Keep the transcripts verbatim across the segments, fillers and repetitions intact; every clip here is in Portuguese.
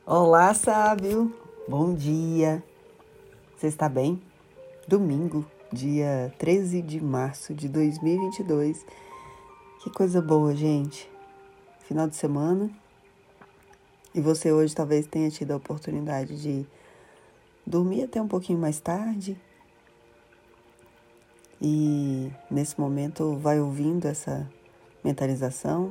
Olá, sábio! Bom dia! Você está bem? Domingo, dia treze de março de dois mil e vinte e dois. Que coisa boa, gente! Final de semana. E você hoje talvez tenha tido a oportunidade de dormir até um pouquinho mais tarde. E nesse momento vai ouvindo essa mentalização.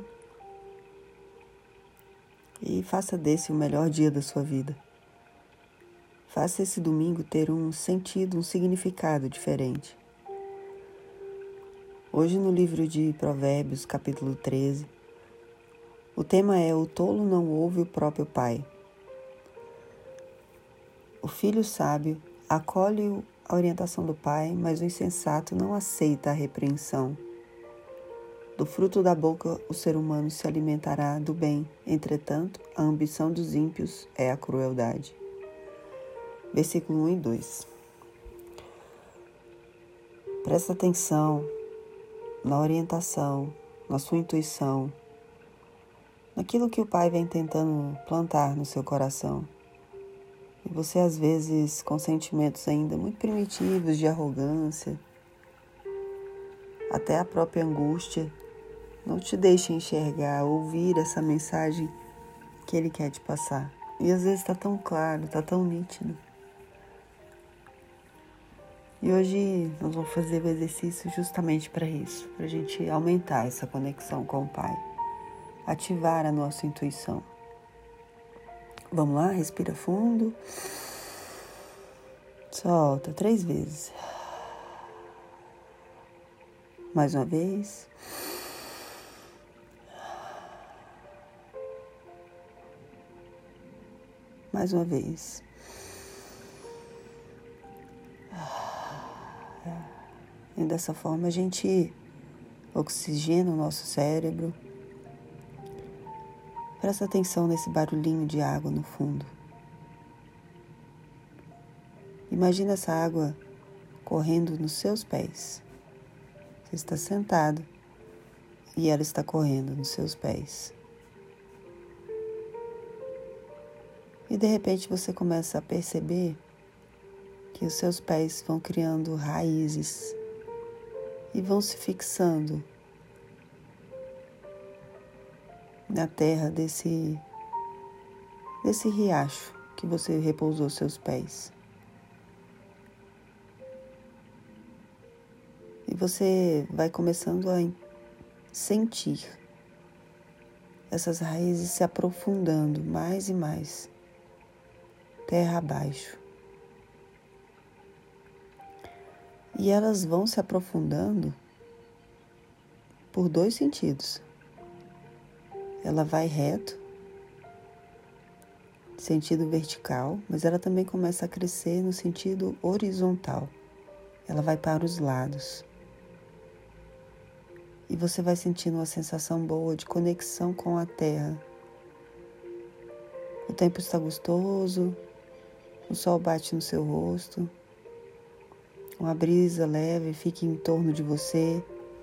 E faça desse o melhor dia da sua vida. Faça esse domingo ter um sentido, um significado diferente. Hoje no livro de Provérbios, capítulo treze, o tema é: o tolo não ouve o próprio pai. O filho sábio acolhe a orientação do pai, mas o insensato não aceita a repreensão. Do fruto da boca o ser humano se alimentará do bem, entretanto, a ambição dos ímpios é a crueldade. Versículo um e dois. Presta atenção na orientação, na sua intuição, naquilo que o pai vem tentando plantar no seu coração. E você, às vezes, com sentimentos ainda muito primitivos de arrogância, até a própria angústia, não te deixe enxergar, ouvir essa mensagem que ele quer te passar. E às vezes está tão claro, está tão nítido. E hoje nós vamos fazer o exercício justamente para isso, para a gente aumentar essa conexão com o Pai, ativar a nossa intuição. Vamos lá, respira fundo, solta três vezes. Mais uma vez. Mais uma vez. E dessa forma a gente oxigena o nosso cérebro. Presta atenção nesse barulhinho de água no fundo. Imagina essa água correndo nos seus pés. Você está sentado e ela está correndo nos seus pés. E de repente você começa a perceber que os seus pés vão criando raízes e vão se fixando na terra desse, desse riacho que você repousou seus pés. E você vai começando a sentir essas raízes se aprofundando mais e mais, terra abaixo. E elas vão se aprofundando por dois sentidos. Ela vai reto, sentido vertical, mas ela também começa a crescer no sentido horizontal. Ela vai para os lados. E você vai sentindo uma sensação boa de conexão com a terra. O tempo está gostoso, o sol bate no seu rosto. Uma brisa leve fica em torno de você.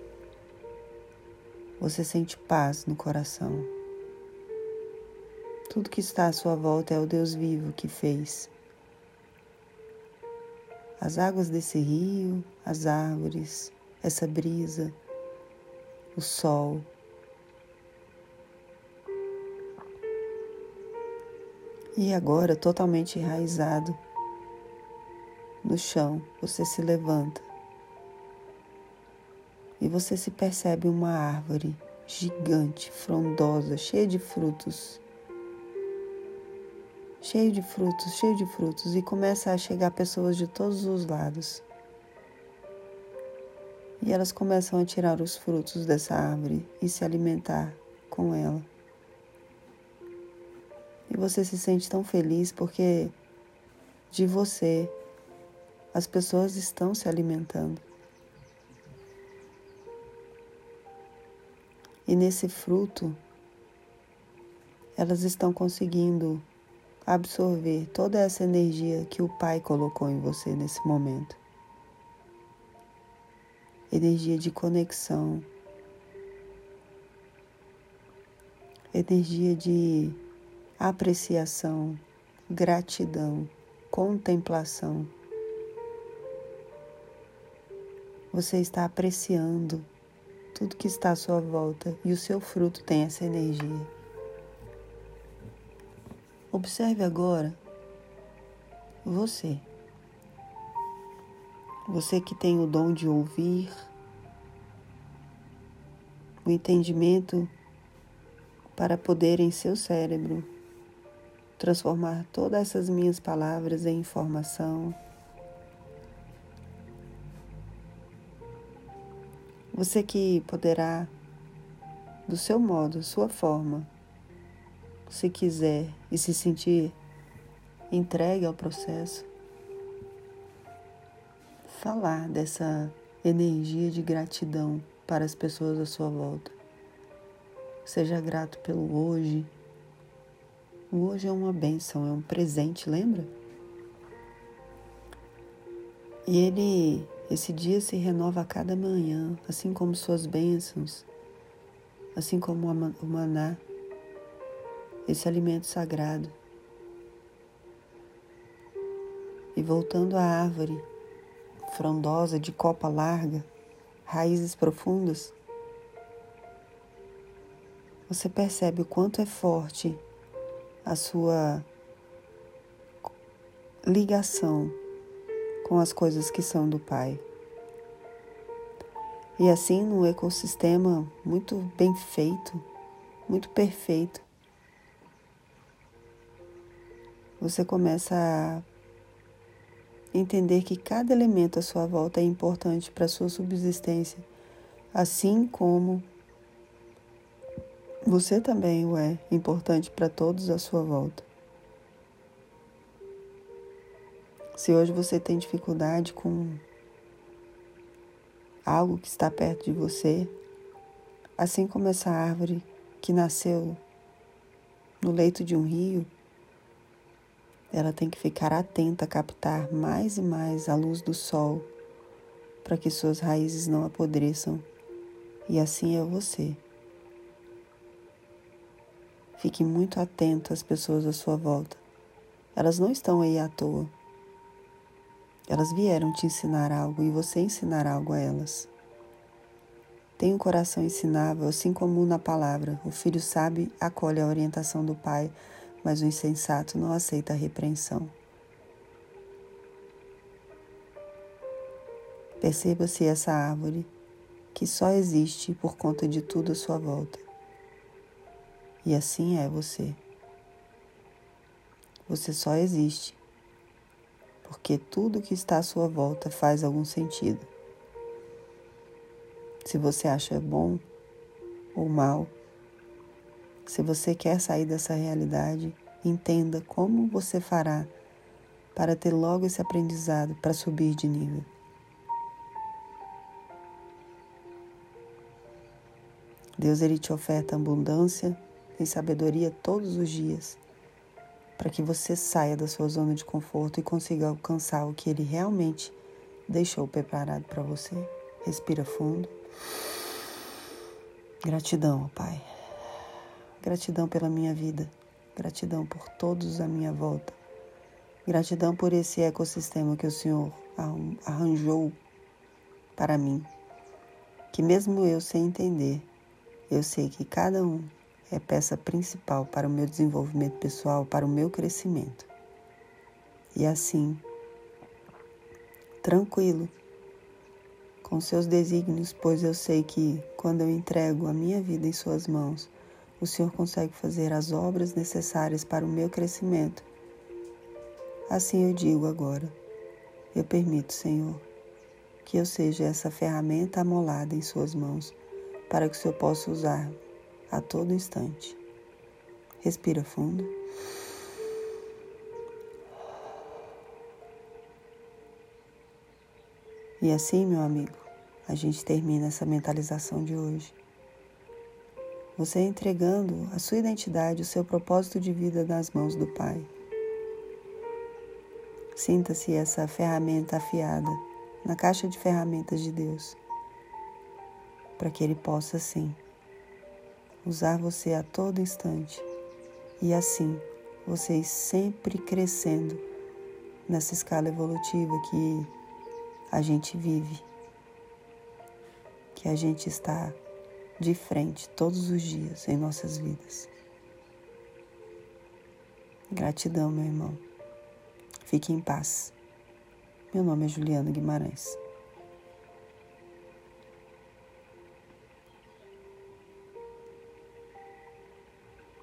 Você sente paz no coração. Tudo que está à sua volta é o Deus vivo que fez. As águas desse rio, as árvores, essa brisa, o sol. E agora, totalmente enraizado no chão, você se levanta e você se percebe uma árvore gigante, frondosa, cheia de frutos, cheio de frutos, cheio de frutos, e começa a chegar pessoas de todos os lados. E elas começam a tirar os frutos dessa árvore e se alimentar com ela. E você se sente tão feliz porque de você as pessoas estão se alimentando. E nesse fruto, elas estão conseguindo absorver toda essa energia que o Pai colocou em você nesse momento. Energia de conexão. Energia de apreciação, gratidão, contemplação. Você está apreciando tudo que está à sua volta e o seu fruto tem essa energia. Observe agora você. Você que tem o dom de ouvir, o entendimento para poder em seu cérebro transformar todas essas minhas palavras em informação. Você que poderá, do seu modo, sua forma, se quiser e se sentir entregue ao processo, falar dessa energia de gratidão para as pessoas à sua volta. Seja grato pelo hoje. O hoje é uma bênção, é um presente, lembra? E ele, esse dia se renova a cada manhã, assim como suas bênçãos, assim como o maná, esse alimento sagrado. E voltando à árvore frondosa, de copa larga, raízes profundas, você percebe o quanto é forte a sua ligação com as coisas que são do Pai. E assim, num ecossistema muito bem feito, muito perfeito, você começa a entender que cada elemento à sua volta é importante para a sua subsistência, assim como você também o é importante para todos à sua volta. Se hoje você tem dificuldade com algo que está perto de você, assim como essa árvore que nasceu no leito de um rio, ela tem que ficar atenta a captar mais e mais a luz do sol para que suas raízes não apodreçam. E assim é você. Fique muito atento às pessoas à sua volta. Elas não estão aí à toa. Elas vieram te ensinar algo e você ensinar algo a elas. Tem um coração ensinável, assim como na palavra. O filho sábio acolhe a orientação do pai, mas o insensato não aceita a repreensão. Perceba-se essa árvore que só existe por conta de tudo à sua volta. E assim é você. Você só existe porque tudo que está à sua volta faz algum sentido. Se você acha bom ou mal, se você quer sair dessa realidade, entenda como você fará para ter logo esse aprendizado para subir de nível. Deus, Ele te oferta abundância e sabedoria todos os dias, para que você saia da sua zona de conforto e consiga alcançar o que Ele realmente deixou preparado para você. Respira fundo. Gratidão, Pai. Gratidão pela minha vida. Gratidão por todos à minha volta. Gratidão por esse ecossistema que o Senhor arranjou para mim. Que mesmo eu sem entender, eu sei que cada um é peça principal para o meu desenvolvimento pessoal, para o meu crescimento. E assim, tranquilo, com seus desígnios, pois eu sei que quando eu entrego a minha vida em suas mãos, o Senhor consegue fazer as obras necessárias para o meu crescimento. Assim eu digo agora, eu permito, Senhor, que eu seja essa ferramenta amolada em suas mãos, para que o Senhor possa usar a todo instante. Respira fundo. E assim, meu amigo, a gente termina essa mentalização de hoje. Você entregando a sua identidade, o seu propósito de vida nas mãos do Pai. Sinta-se essa ferramenta afiada na caixa de ferramentas de Deus, para que Ele possa, sim, usar você a todo instante e, assim, vocês sempre crescendo nessa escala evolutiva que a gente vive, que a gente está de frente todos os dias em nossas vidas. Gratidão, meu irmão. Fique em paz. Meu nome é Juliana Guimarães.